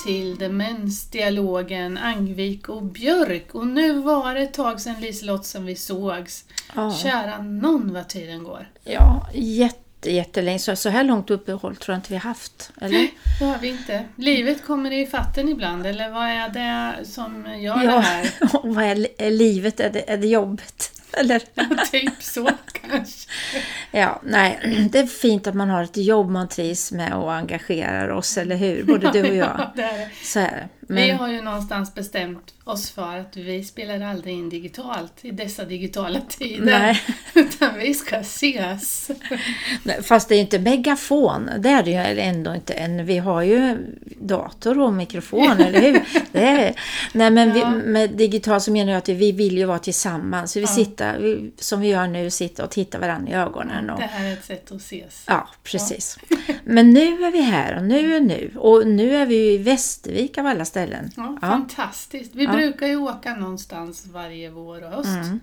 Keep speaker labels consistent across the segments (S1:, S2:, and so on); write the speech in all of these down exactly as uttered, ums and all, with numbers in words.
S1: till Demensdialogen Angvik och Björk. Och nu var det ett tag sedan Liselott som vi sågs. Ja. Kära någon vad tiden går.
S2: Ja, jätte, jättelänge. Så, så här långt uppehåll tror jag inte vi har haft. Eller?
S1: Nej, det har vi inte. Livet kommer i fatten ibland. Eller vad är det som gör
S2: ja,
S1: det här?
S2: Vad är, är livet? Är det, är det jobbet? Eller?
S1: Ja, typ så kanske.
S2: Ja, nej, det är fint att man har ett jobb man trivs med och engagerar oss, eller hur? Både du och jag.
S1: Ja, det är det.
S2: Så är det. Men...
S1: Vi har ju någonstans bestämt oss för att vi spelar aldrig in digitalt i dessa digitala tider.
S2: Nej.
S1: Utan vi ska ses.
S2: Nej, fast det är inte megafon. Det är det ju ändå inte än. Vi har ju dator och mikrofon, eller hur? Det är... Nej, men
S1: ja.
S2: vi, med digitalt så menar jag att vi vill ju vara tillsammans. Vi
S1: ja.
S2: sitter, vi, som vi gör nu, sitta och titta varandra i ögonen. Och...
S1: Det här är ett sätt att ses.
S2: Ja, precis. Ja. Men nu är vi här och nu är nu. Och nu är vi i Västervik av alla ställen.
S1: Ja, ja. Fantastiskt. Vi ja. brukar ju åka någonstans varje vår och höst. Mm.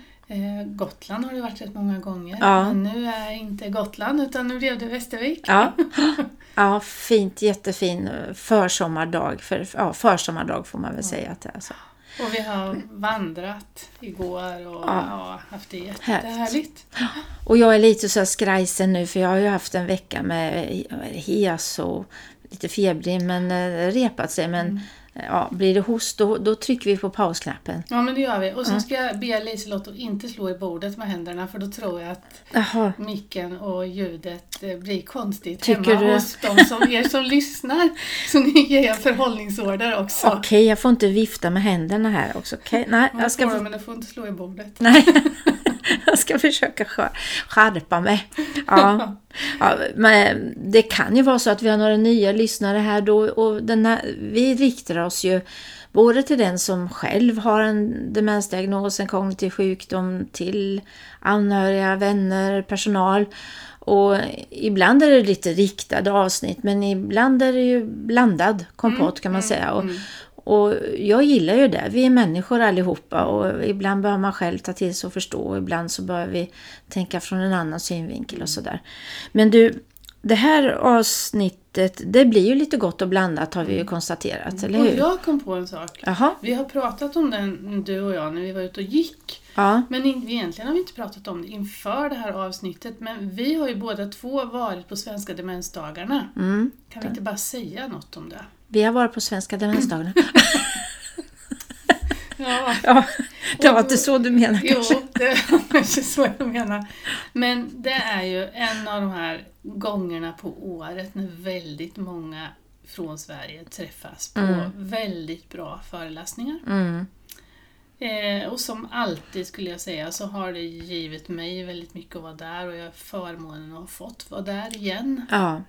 S1: Eh, Gotland har det varit rätt många gånger. Ja. Men nu är inte Gotland utan nu blev det Västervik.
S2: Ja, ja fint, jättefin försommardag. För, ja, försommardag får man väl ja. säga att det är så.
S1: Och vi har vandrat igår och ja. Ja, haft det jättehärligt.
S2: Och jag är lite så här skrajsen nu för jag har ju haft en vecka med hes och lite febrig men repat sig. Men mm. ja, blir det host då, då trycker vi på pausknappen.
S1: Ja men det gör vi. Och så ska jag be Liselott att inte slå i bordet med händerna för då tror jag att Aha. micken och ljudet blir konstigt
S2: Tycker
S1: hemma
S2: du?
S1: hos de som, er som lyssnar. Så ni ger jag förhållningsorder också.
S2: Okej, okay, jag får inte vifta med händerna här också. Okay. Nej,
S1: man
S2: jag ska...
S1: får, men du får inte slå i bordet.
S2: Nej, jag ska försöka skärpa mig. Ja. Ja, men det kan ju vara så att vi har några nya lyssnare här då och den här, vi riktar oss ju både till den som själv har en demensdiagnos, en kognitiv sjukdom, till anhöriga, vänner, personal och ibland är det lite riktade avsnitt men ibland är det ju blandad kompott kan man säga och, och jag gillar ju det, vi är människor allihopa och ibland bör man själv ta till sig och förstå och ibland så bör vi tänka från en annan synvinkel och sådär. Men du, det här avsnittet, det blir ju lite gott och blandat har vi ju konstaterat, eller hur?
S1: Och jag kom på en sak.
S2: Aha.
S1: Vi har pratat om den, du och jag, när vi var ute och gick.
S2: Ja.
S1: Men egentligen har vi inte pratat om det inför det här avsnittet. Men vi har ju båda två varit på Svenska demensdagarna. Mm. Kan vi inte bara säga något om det?
S2: Vi har varit på Svenska demensdagarna.
S1: Ja.
S2: ja, det var inte så du menar kanske.
S1: Jo, det var kanske så jag menar. Men det är ju en av de här gångerna på året när väldigt många från Sverige träffas på mm. väldigt bra föreläsningar. Mm. Eh, och som alltid skulle jag säga så har det givit mig väldigt mycket att vara där och jag är förmånen att ha fått vara där igen.
S2: Ja.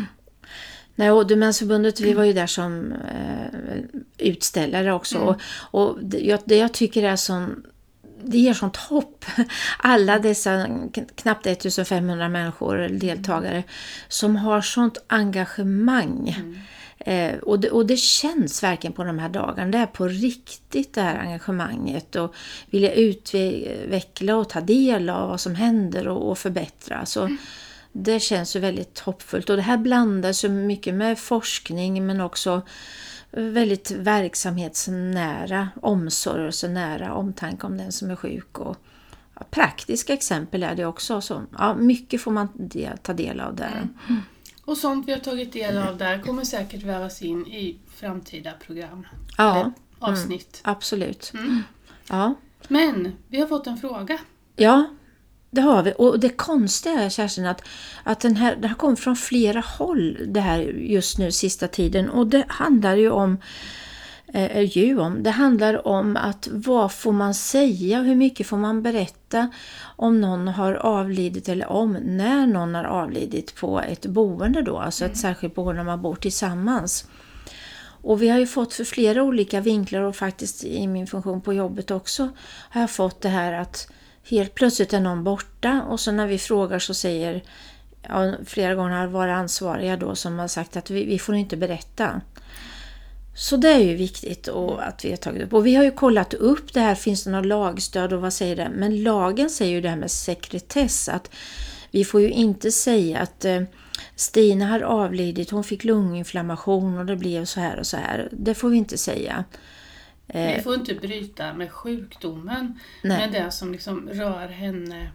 S2: Nej, och Demensförbundet, vi var ju där som eh, utställare också. Mm. Och, och det, jag, det jag tycker är sån, det ger sånt hopp. Alla dessa knappt femtonhundra människor eller deltagare som har sånt engagemang. Mm. Eh, och, det, och det känns verkligen på de här dagarna. Det är på riktigt det här engagemanget. Och vilja utveckla och ta del av vad som händer och, och förbättra. Så mm. det känns ju väldigt hoppfullt. Och det här blandas så mycket med forskning men också väldigt verksamhetsnära omsorg och så nära omtanke om den som är sjuk. Och ja, praktiska exempel är det också. Så, ja, mycket får man de, ta del av där.
S1: Mm. Och sånt vi har tagit del av där kommer säkert vävas in i framtida program.
S2: Ja,
S1: eller avsnitt.
S2: Mm, absolut. Mm. Ja.
S1: Men vi har fått en fråga.
S2: Ja, det har vi. Och det konstiga är, Kerstin, att, att den här, det här kommer från flera håll det här just nu sista tiden. Och det handlar ju om, eh, ju om, det handlar om att vad får man säga, hur mycket får man berätta om någon har avlidit eller om när någon har avlidit på ett boende då. Alltså ett mm. särskilt boende där man bor tillsammans. Och vi har ju fått för flera olika vinklar och faktiskt i min funktion på jobbet också har jag fått det här att helt plötsligt är någon borta och så när vi frågar så säger ja, flera gånger har varit ansvariga då som har sagt att vi, vi får inte berätta. Så det är ju viktigt och att vi har tagit upp. Och vi har ju kollat upp det här, finns det någon lagstöd och vad säger det? Men lagen säger ju det här med sekretess att vi får ju inte säga att eh, Stina har avlidit, hon fick lunginflammation och det blev så här och så här. Det får vi inte säga.
S1: Vi får inte bryta med sjukdomen,
S2: nej.
S1: Men det som liksom rör henne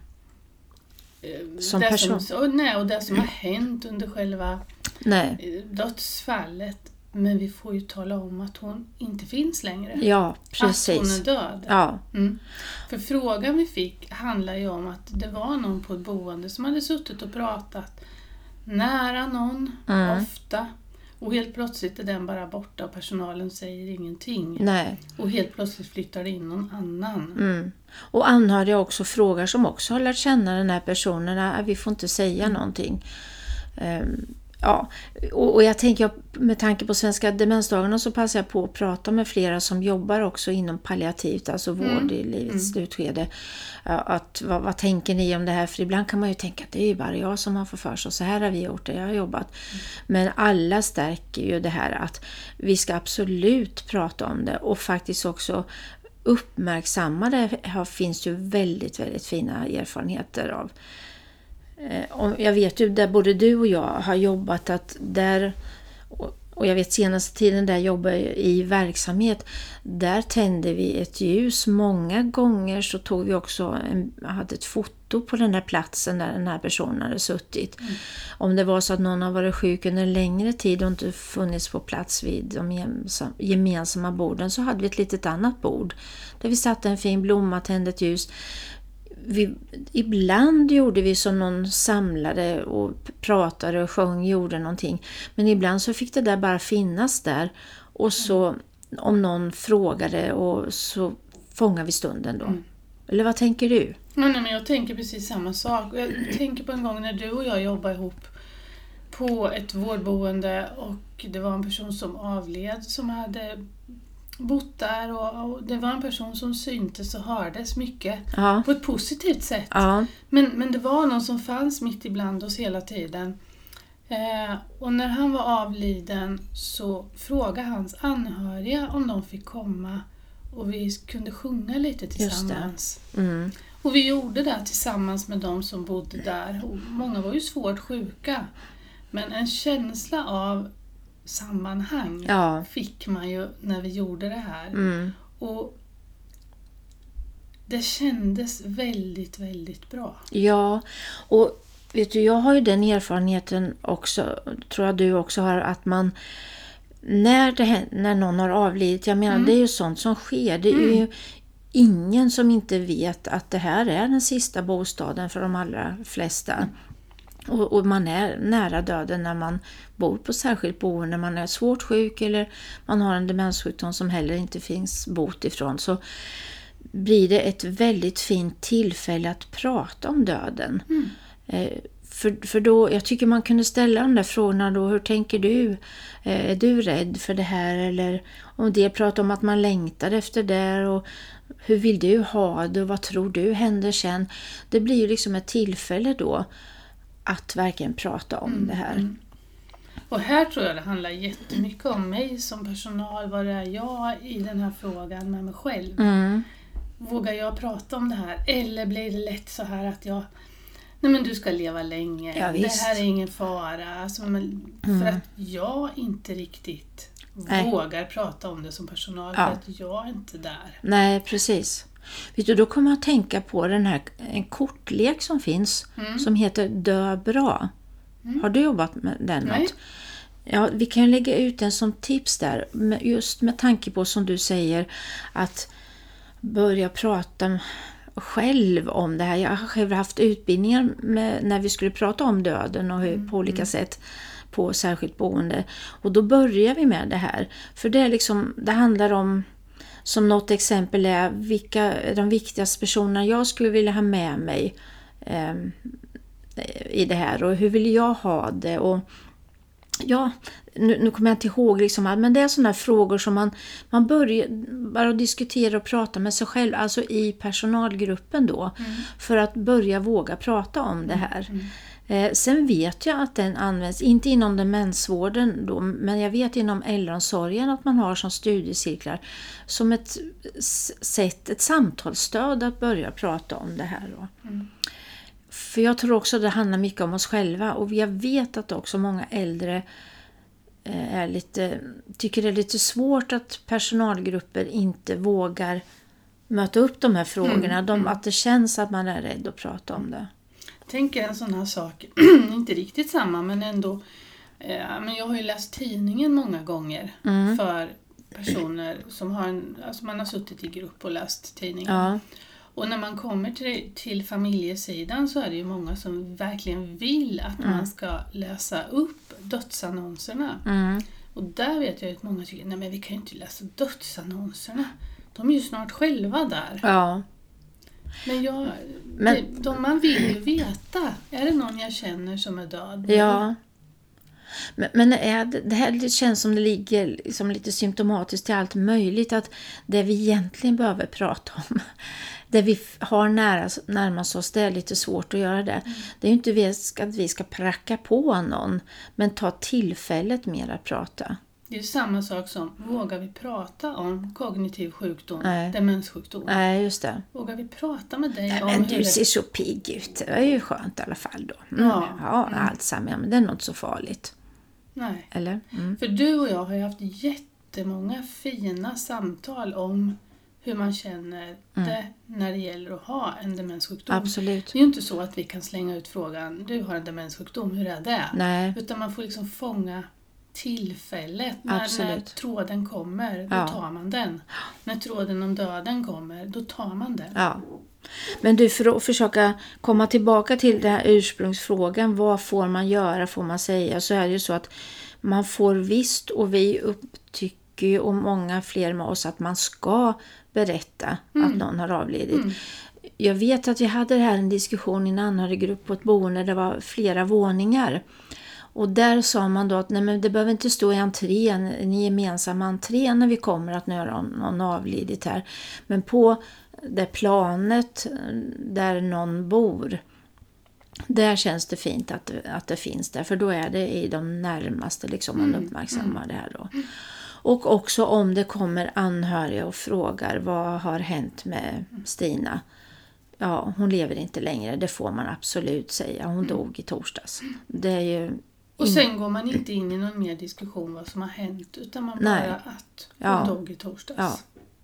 S2: som
S1: det
S2: person.
S1: Som, och, nej, och det som har hänt under själva
S2: nej.
S1: dödsfallet. Men vi får ju tala om att hon inte finns längre.
S2: Ja, precis.
S1: Att hon är död.
S2: Ja.
S1: Mm. För frågan vi fick handlar ju om att det var någon på ett boende som hade suttit och pratat nära någon, mm. ofta. Och helt plötsligt är den bara borta och personalen säger ingenting.
S2: Nej.
S1: Och helt plötsligt flyttar det in någon annan.
S2: Mm. Och anhöriga också frågar som också har lärt känna den här personen. Att vi får inte säga mm. någonting. Um, ja, och, och jag tänker med tanke på Svenska demensdagarna så passar jag på att prata med flera som jobbar också inom palliativt, alltså vård mm. i livets mm. slutskede. Att, vad, vad tänker ni om det här? För ibland kan man ju tänka att det är ju bara jag som har för för sig. Så här har vi gjort det, jag har jobbat. Mm. Men alla stärker ju det här att vi ska absolut prata om det och faktiskt också uppmärksamma det. Här finns ju väldigt, väldigt fina erfarenheter av. Jag vet ju där både du och jag har jobbat att där, och jag vet senaste tiden där jag jobbar i verksamhet, där tände vi ett ljus. Många gånger så tog vi också en, hade ett foto på den där platsen där den här personen hade suttit. Mm. Om det var så att någon har varit sjuk under en längre tid och inte funnits på plats vid de gemensamma borden, så hade vi ett litet annat bord där vi satte en fin blomma, tände ett ljus. Vi, ibland gjorde vi som någon samlade och pratade och sjöng, gjorde någonting. Men ibland så fick det där bara finnas där. Och så om någon frågade och så fångar vi stunden då. Mm. Eller vad tänker du?
S1: Nej, nej, men jag tänker precis samma sak. Jag tänker på en gång när du och jag jobbade ihop på ett vårdboende och det var en person som avled som hade bott där och, och det var en person som syntes och hördes mycket ja. På ett positivt sätt. Ja. Men, men det var någon som fanns mitt ibland oss hela tiden. Eh, och när han var avliden så frågade hans anhöriga om de fick komma och vi kunde sjunga lite tillsammans. Mm. Och vi gjorde det tillsammans med de som bodde där. Och många var ju svårt sjuka. Men en känsla av sammanhang ja. Fick man ju när vi gjorde det här. Mm. Och det kändes väldigt, väldigt bra.
S2: Ja, och vet du, jag har ju den erfarenheten också, tror jag du också har, att man när, det, när någon har avlidit, jag menar mm. det är ju sånt som sker. Det är mm. ju ingen som inte vet att det här är den sista bostaden för de allra flesta. Mm. Och, och man är nära döden när man bor på särskilt boende, när man är svårt sjuk eller man har en demenssjukdom som heller inte finns bot ifrån, så blir det ett väldigt fint tillfälle att prata om döden. Mm. Eh, för, för då, jag tycker man kunde ställa de där frågorna då, hur tänker du? Eh, är du rädd för det här? Eller om det pratar om att man längtar efter det, och hur vill du ha det och vad tror du händer sen? Det blir ju liksom ett tillfälle då att verkligen prata om mm, det här. Mm.
S1: Och här tror jag det handlar jättemycket om mig som personal. Vad är jag i den här frågan med mig själv? Mm. Vågar jag prata om det här? Eller blir det lätt så här att jag... Nej, men du ska leva länge. Ja, det här är ingen fara. Alltså, men mm. För att jag inte riktigt Nej. Vågar prata om det som personal. Ja. För att jag är inte där.
S2: Nej, precis. Vet du, då kommer jag att tänka på den här, en kortlek som finns mm. som heter Dö bra. Mm. Har du jobbat med den?
S1: Nej.
S2: Något? Ja, vi kan lägga ut den som tips där, just med tanke på som du säger att börja prata själv om det här. Jag har själv haft utbildningar med, när vi skulle prata om döden och hur, mm. på olika sätt på särskilt boende, och då börjar vi med det här, för det är liksom, det handlar om, som något exempel är vilka de viktigaste personerna jag skulle vilja ha med mig eh, i det här, och hur vill jag ha det, och ja, nu, nu kommer jag inte ihåg liksom, men det är sådana frågor som man, man börjar bara diskutera och prata med sig själv, alltså i personalgruppen då, mm. för att börja våga prata om det här. Mm. Eh, sen vet jag att den används, inte inom demensvården då, men jag vet inom äldreomsorgen att man har som studiecirklar som ett sätt, ett samtalsstöd att börja prata om det här då. Mm. För jag tror också det handlar mycket om oss själva. Och jag vet att också många äldre är lite, tycker det är lite svårt att personalgrupper inte vågar möta upp de här frågorna.
S1: Mm.
S2: De, att det känns att man är rädd att prata om det.
S1: Tänk en sån här sak, inte riktigt samma men ändå. Eh, men jag har ju läst tidningen många gånger
S2: Mm.
S1: för personer som har en, alltså man har suttit i grupp och läst tidningen.
S2: Ja.
S1: Och när man kommer till, till familjesidan så är det ju många som verkligen vill att
S2: Mm.
S1: man ska läsa upp dödsannonserna.
S2: Mm.
S1: Och där vet jag att många tycker, nej men vi kan ju inte läsa dödsannonserna. De är ju snart själva där.
S2: Ja.
S1: Men, jag,
S2: Men-
S1: det, de, man vill ju veta, är det någon jag känner som är död?
S2: Ja. Men, men är det, det här känns som det ligger liksom lite symptomatiskt till allt möjligt. Att det vi egentligen behöver prata om, det vi har nära, närmast oss, det är lite svårt att göra det. Mm. Det är ju inte vi att vi ska pracka på någon, men ta tillfället mer att prata.
S1: Det är ju samma sak som, vågar vi prata om kognitiv sjukdom,
S2: Nej.
S1: demenssjukdom?
S2: Nej, just det.
S1: Vågar vi prata med dig
S2: Nej,
S1: om
S2: men
S1: hur
S2: du
S1: det...
S2: ser så pigg ut. Det är ju skönt i alla fall då. Mm.
S1: Ja.
S2: Ja, Alzheimer, ja, men det är något så farligt.
S1: Nej.
S2: Eller? Mm.
S1: För du och jag har ju haft jättemånga fina samtal om hur man känner
S2: Mm.
S1: det när det gäller att ha en demenssjukdom.
S2: Absolut.
S1: Det är ju inte så att vi kan slänga ut frågan, du har en demenssjukdom, hur är det?
S2: Nej.
S1: Utan man får liksom fånga tillfället. När, när
S2: Absolut.
S1: tråden kommer, då
S2: Ja.
S1: tar man den. När tråden om döden kommer, då tar man den.
S2: Ja. Men du, för att försöka komma tillbaka till den här ursprungsfrågan, vad får man göra, får man säga, så är det ju så att man får visst, och vi upptycker ju, och många fler med oss, att man ska berätta
S1: Mm.
S2: att någon har avlidit.
S1: Mm.
S2: Jag vet att vi hade det här en diskussion i en anhöriggrupp på ett boende, det var flera våningar. Och där sa man då att nej, men det behöver inte stå i entrén, en gemensam entré när vi kommer att nu har någon avlidit här. Men på det planet där någon bor, där känns det fint att, att det finns där. För då är det i de närmaste liksom man
S1: Mm,
S2: uppmärksammar det här då. Och också om det kommer anhöriga och frågar vad har hänt med Stina. Ja, hon lever inte längre, det får man absolut säga. Hon dog i torsdags. Det är ju...
S1: Och sen går man inte in i någon mer diskussion vad som har hänt, utan man
S2: Nej.
S1: bara att hon
S2: Ja.
S1: dog i torsdags.
S2: Ja.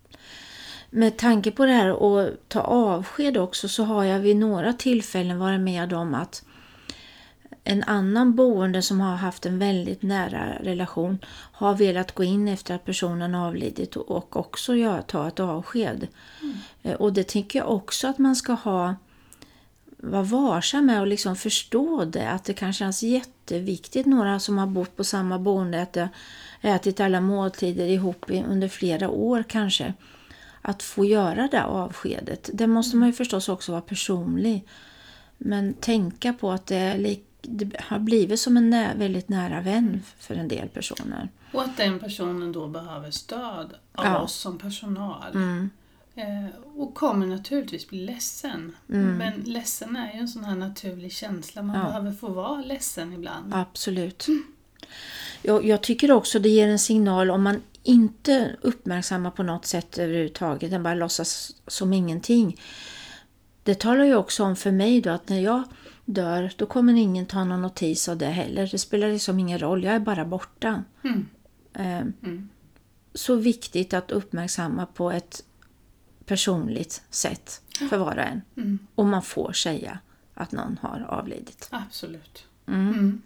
S2: Med tanke på det här och ta avsked också, så har jag vid några tillfällen varit med om att en annan boende som har haft en väldigt nära relation har velat gå in efter att personen avlidit och också göra, ta ett avsked. Mm. Och det tycker jag också att man ska ha, vara varsam med och liksom förstå det, att det kan kännas jätteviktigt, några som har bott på samma boende, att det ätit alla måltider ihop under flera år kanske, att få göra det avskedet. Det måste man ju förstås också vara personlig, men tänka på att det, är lik, det har blivit som en nä, väldigt nära vän för en del personer.
S1: Och att den personen då behöver stöd av
S2: Ja.
S1: oss som personal.
S2: Mm.
S1: Eh, och kommer naturligtvis bli ledsen.
S2: Mm.
S1: Men ledsen är ju en sån här naturlig känsla. Man
S2: Ja.
S1: behöver få vara ledsen ibland.
S2: Absolut. Jag, jag tycker också det ger en signal om man inte uppmärksammar på något sätt överhuvudtaget, än bara låtsas som ingenting. Det talar ju också om för mig då att när jag dör, då kommer ingen ta någon notis av det heller. Det spelar liksom ingen roll, jag är bara borta.
S1: Mm.
S2: Eh,
S1: Mm.
S2: så viktigt att uppmärksamma på ett personligt sätt för var och en.
S1: Mm.
S2: Och man får säga att någon har avlidit.
S1: Absolut.
S2: Mm.
S1: Mm.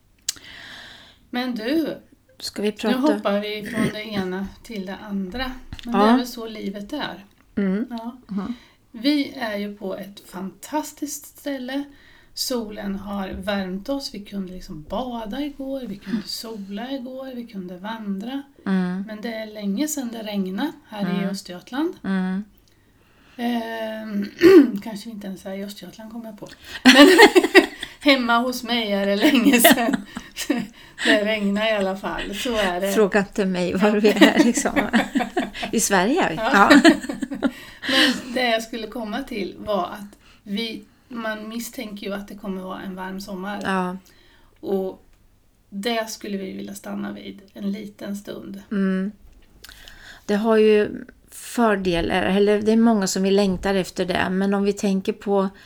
S1: Men du,
S2: Ska vi
S1: nu
S2: prata?
S1: hoppar vi från det ena till det andra. Men
S2: Ja.
S1: det är väl så livet är.
S2: Mm.
S1: Ja.
S2: Mhm.
S1: Vi är ju på ett fantastiskt ställe. Solen har värmt oss. Vi kunde liksom bada igår. Vi kunde sola igår. Vi kunde vandra.
S2: Mm.
S1: Men det är länge sedan det regnade här
S2: Mm.
S1: i Östergötland.
S2: Mm.
S1: Eh, kanske inte ens här i Östergötland kommer jag på. Men hemma hos mig är det länge sedan det regnar i alla fall. Så är det.
S2: Fråga inte mig var vi är liksom. I Sverige.
S1: Ja.
S2: Ja.
S1: Men det jag skulle komma till var att vi, man misstänker ju att det kommer vara en varm sommar.
S2: Ja.
S1: Och det skulle vi vilja stanna vid en liten stund.
S2: Mm. Det har ju fördelar, eller det är många som vi längtar efter det, men om vi tänker på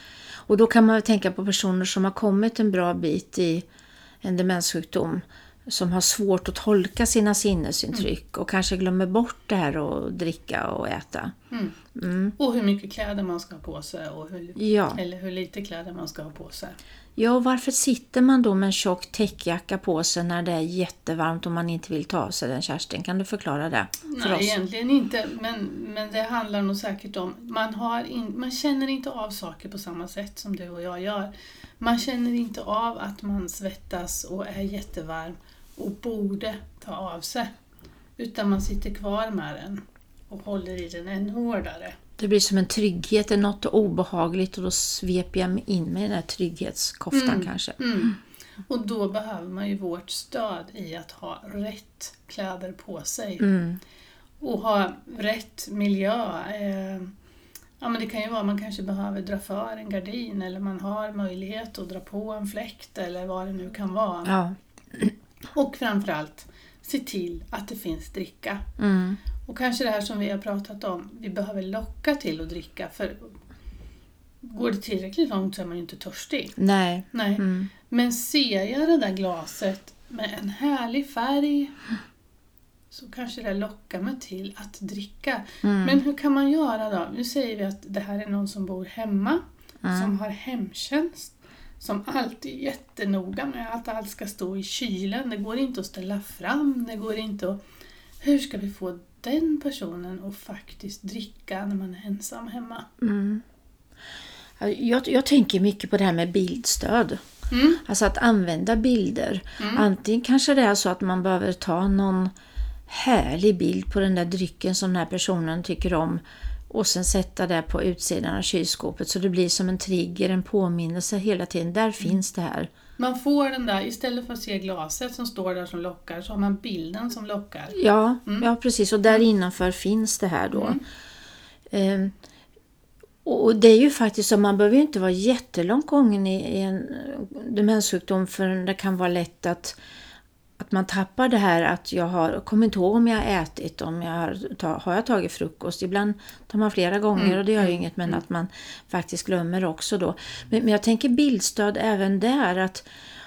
S2: Och då kan man tänka på personer som har kommit en bra bit i en demenssjukdom, som har svårt att tolka sina sinnesintryck mm. och kanske glömmer bort det här att dricka och äta.
S1: Mm. Mm. Och hur mycket kläder man ska ha på sig och hur, ja. eller hur lite kläder man ska ha på sig.
S2: Ja, och varför sitter man då med en tjock täckjacka på sig när det är jättevarmt och man inte vill ta av sig den, Kerstin? Kan du förklara det för
S1: Nej,
S2: oss?
S1: egentligen inte, men, men det handlar nog säkert om man, har in, man känner inte av saker på samma sätt som du och jag gör. Man känner inte av att man svettas och är jättevarm och borde ta av sig, utan man sitter kvar med den och håller i den ännu hårdare.
S2: Det blir som en trygghet, det är något obehagligt och då sveper jag in med den här trygghetskoftan mm. kanske. Mm.
S1: Och då behöver man ju vårt stöd i att ha rätt kläder på sig.
S2: Mm.
S1: Och ha rätt miljö. Eh, ja, men det kan ju vara man kanske behöver dra för en gardin eller man har möjlighet att dra på en fläkt eller vad det nu kan vara.
S2: Ja.
S1: Och framförallt se till att det finns dricka.
S2: Mm.
S1: Och kanske det här som vi har pratat om, vi behöver locka till att dricka, för går det tillräckligt långt så är man ju inte törstig.
S2: Nej.
S1: Nej.
S2: Mm.
S1: Men ser jag det där glaset med en härlig färg så kanske det lockar mig till att dricka.
S2: Mm.
S1: Men hur kan man göra då? Nu säger vi att det här är någon som bor hemma,
S2: mm.
S1: som har hemtjänst, som alltid är jättenoga med att allt ska stå i kylen. Det går inte att ställa fram, det går inte att... Hur ska vi få den personen att faktiskt dricka när man är ensam hemma?
S2: Mm. Jag, jag tänker mycket på det här med bildstöd.
S1: Mm.
S2: Alltså att använda bilder.
S1: Mm.
S2: Antingen kanske det är så att man behöver ta någon härlig bild på den där drycken som den här personen tycker om och sen sätta det på utsidan av kylskåpet så det blir som en trigger, en påminnelse hela tiden. Där mm. finns det här.
S1: Man får den där, istället för att se glaset som står där som lockar, så har man bilden som lockar.
S2: Ja,
S1: mm.
S2: ja precis. Och där innanför finns det här då.
S1: Mm.
S2: Ehm, och det är ju faktiskt så, man behöver ju inte vara jättelångt gången i, i en demenssjukdom, för det kan vara lätt att Att man tappar det här att jag har, kommer inte ihåg om jag har ätit, om jag har, ta, har jag tagit frukost. Ibland tar man flera gånger mm. och det gör ju mm. inget, men att man faktiskt glömmer också då. Men, men jag tänker bildstöd även där, att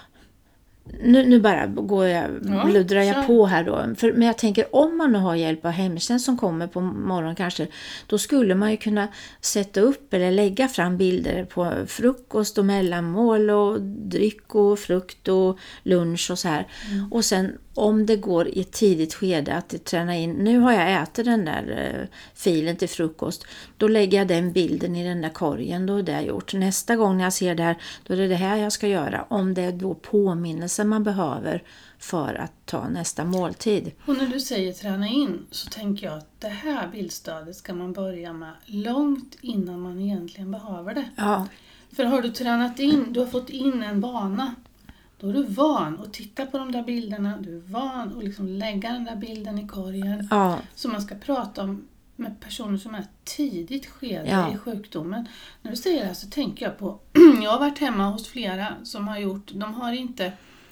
S2: nu, nu bara går jag,
S1: ja,
S2: bluddrar jag
S1: så.
S2: på här då. För, men jag tänker, om man nu har hjälp av hemtjänst som kommer på morgonen kanske, då skulle man ju kunna sätta upp eller lägga fram bilder på frukost och mellanmål och dryck och frukt och lunch och så här. Mm. Och sen om det går i ett tidigt skede att det tränar in, nu har jag ätit den där eh, filen till frukost, då lägger jag den bilden i den där korgen, då är det gjort. Nästa gång när jag ser det här, då är det det här jag ska göra, om det är då påminnelse man behöver för att ta nästa måltid.
S1: Och när du säger träna in, så tänker jag att det här bildstödet ska man börja med långt innan man egentligen behöver det.
S2: Ja.
S1: För har du tränat in, du har fått in en vana, då är du van att titta på de där bilderna, du är van att liksom lägga den där bilden i korgen.
S2: Ja.
S1: Så man ska prata om med personer som är tidigt skede
S2: ja.
S1: i sjukdomen. När du säger det här så tänker jag på, jag har varit hemma hos flera som har gjort, de har inte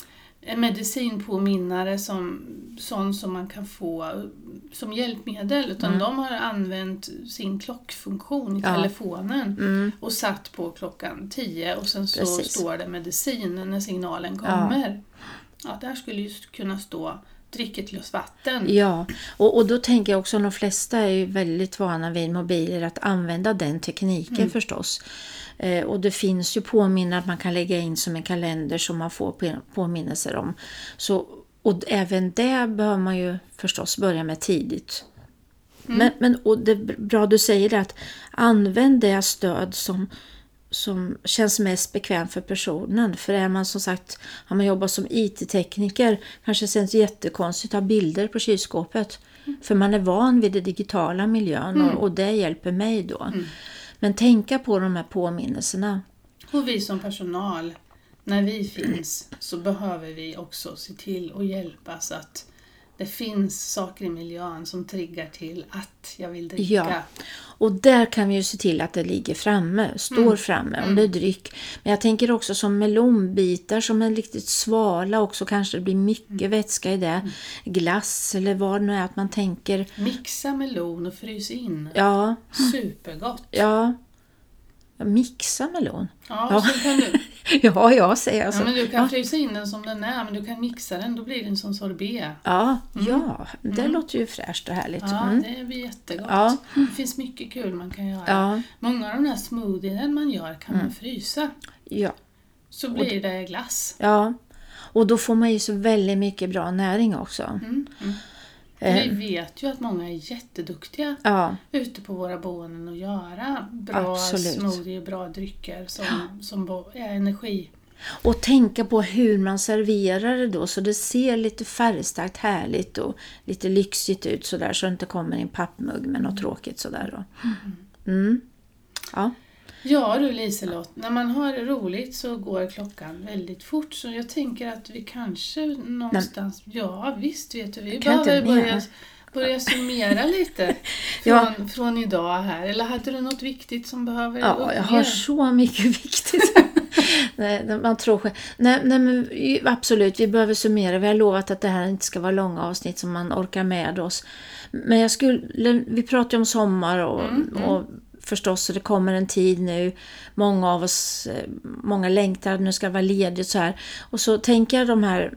S1: en medicinpåminnare som sån som man kan få som hjälpmedel, utan mm. de har använt sin klockfunktion i ja. telefonen mm. och satt på klockan tio och sen så Precis. står det medicin när signalen kommer. Ja, ja där skulle ju kunna stå drick ett glas vatten.
S2: Ja, och, och då tänker jag också att de flesta är ju väldigt vana vid mobiler att använda den tekniken mm. förstås. Eh, och det finns ju påminnelser att man kan lägga in som en kalender som man får på, påminnelser om. Så, och även det behöver man ju förstås börja med tidigt. Mm. Men, men och det är bra du säger det, att använd det stöd som som känns mest bekväm för personen. För är man som sagt, har man jobbat som I T-tekniker, kanske känns jättekonstigt att ha bilder på kylskåpet. Mm. För man är van vid den digitala miljön mm. och, och det hjälper mig då. Mm. Men tänka på de här påminnelserna.
S1: Och vi som personal, när vi finns så behöver vi också se till och hjälpa så att det finns saker i miljön som triggar till att jag vill dricka.
S2: Ja, och där kan vi ju se till att det ligger framme, står mm. framme, om mm. det är dryck. Men jag tänker också som melonbitar som är riktigt svala också, kanske det blir mycket mm. vätska i det. Mm. Glass eller vad det nu är att man tänker.
S1: Mixa melon och frys in.
S2: Ja.
S1: Supergott.
S2: Ja. Mixa melon?
S1: Ja,
S2: Ja.
S1: så kan du.
S2: ja, jag säger alltså.
S1: Ja, men du kan
S2: ja.
S1: frysa in den som den är, men du kan mixa den, då blir den som sorbet.
S2: Ja, ja, det
S1: Mm.
S2: låter ju fräscht och härligt.
S1: Ja,
S2: Mm.
S1: det blir jättegott.
S2: Ja.
S1: Det finns mycket kul man kan göra.
S2: Ja.
S1: Många av de här smoothien man gör kan man frysa.
S2: Ja.
S1: Så blir det glass.
S2: ja, och då får man ju så väldigt mycket bra näring också.
S1: Mm. Mm.
S2: Eh.
S1: Vi vet ju att många är jätteduktiga
S2: Ja,
S1: ute på våra boenden och göra bra
S2: Absolut.
S1: smoothie, bra drycker som, som bo- är energi.
S2: och tänka på hur man serverar det då så det ser lite färgstarkt härligt och lite lyxigt ut sådär så det inte kommer i en pappmugg med något tråkigt sådär då. Mm. Ja.
S1: Ja du Liselott, när man har roligt så går klockan väldigt fort, så jag tänker att vi kanske någonstans, Nej. ja visst vet du, vi behöver börja, börja summera lite från, ja. från idag här, eller hade du något viktigt som behöver
S2: Ja,
S1: uppge?
S2: jag har så mycket viktigt. nej, man tror själv. Nej, nej, men absolut, vi behöver summera. Vi har lovat att det här inte ska vara långa avsnitt som man orkar med oss. Men jag skulle, vi pratar ju om sommar och, mm, mm. och förstås så det kommer en tid nu. Många av oss, många längtar, nu ska det vara ledigt så här. Och så tänker jag de här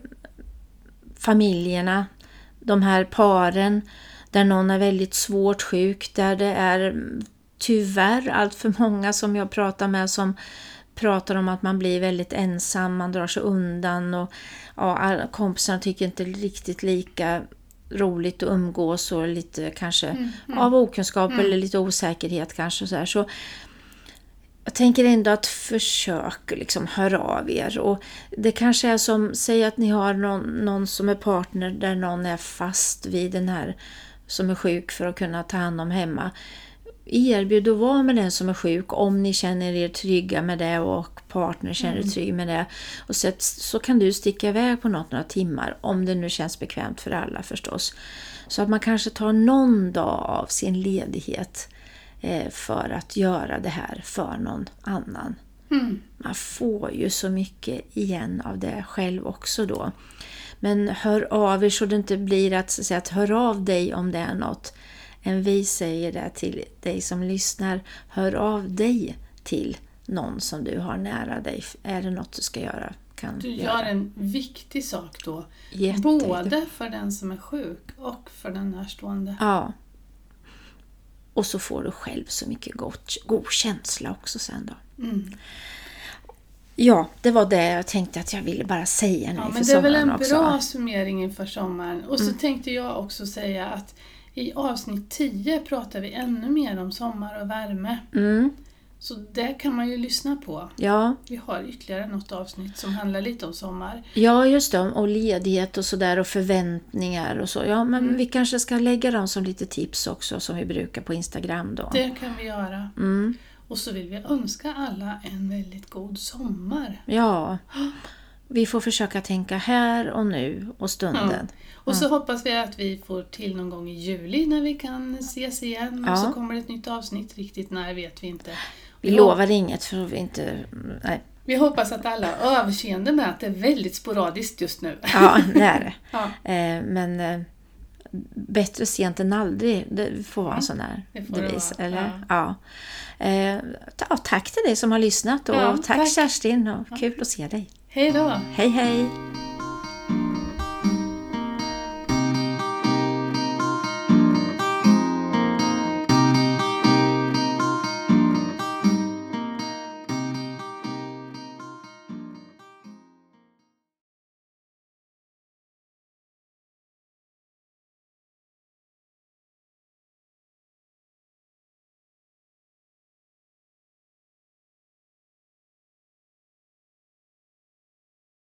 S2: familjerna, de här paren där någon är väldigt svårt sjuk, där det är tyvärr allt för många som jag pratar med som pratar om att man blir väldigt ensam, man drar sig undan och ja, alla kompisarna tycker inte riktigt lika roligt att umgås och lite kanske mm, mm. av okunskap mm. eller lite osäkerhet kanske så här. Så jag tänker ändå att försök liksom höra av er, och det kanske är som, säg att ni har någon, någon som är partner där någon är fast vid den här som är sjuk för att kunna ta hand om hemma. Erbjud att vara med den som är sjuk om ni känner er trygga med det och partner känner mm. er trygg med det. Och så, så kan du sticka iväg på något några timmar om det nu känns bekvämt för alla förstås. Så att man kanske tar någon dag av sin ledighet eh, för att göra det här för någon annan. Mm. Man får ju så mycket igen av det själv också då. Men hör av er så det inte blir att, så att, säga, att hör av dig om det är något. En vi säger det till dig som lyssnar. Hör av dig till någon som du har nära dig. Är det något du ska göra? Kan
S1: du gör
S2: göra.
S1: En viktig sak då.
S2: Jätte.
S1: Både för den som är sjuk och för den närstående.
S2: Ja. Och så får du själv så mycket gott, god känsla också sen då. Mm. Ja, det var det jag tänkte att jag ville bara säga nu
S1: ja,
S2: för
S1: men det är väl en
S2: också.
S1: bra summering inför sommaren. Och så mm. tänkte jag också säga att i avsnitt tio pratar vi ännu mer om sommar och värme. Mm. Så det kan man ju lyssna på.
S2: Ja.
S1: Vi har ytterligare något avsnitt som handlar lite om sommar.
S2: Ja, just det. Och ledighet och sådär och förväntningar och så. Ja, men mm. vi kanske ska lägga dem som lite tips också som vi brukar på Instagram då.
S1: Det kan vi göra.
S2: Mm.
S1: Och så vill vi önska alla en väldigt god sommar.
S2: Ja, vi får försöka tänka här och nu och stunden.
S1: Ja. Och så mm. hoppas vi att vi får till någon gång i juli när vi kan ses igen. Ja. Och så kommer det ett nytt avsnitt. Riktigt när vet vi inte.
S2: Vi, vi lovar hop- inget för vi inte... Nej.
S1: Vi hoppas att alla har överseende med att det är väldigt sporadiskt just nu.
S2: Ja, det är det.
S1: Ja.
S2: Eh, men eh, bättre sent än aldrig. Det får vara ja, en sån här devis. Eller? Ja. Ja. Eh, ja, tack till dig som har lyssnat och ja, tack, tack Kerstin. Och kul ja. att se dig.
S1: Hej då.
S2: Hej hej.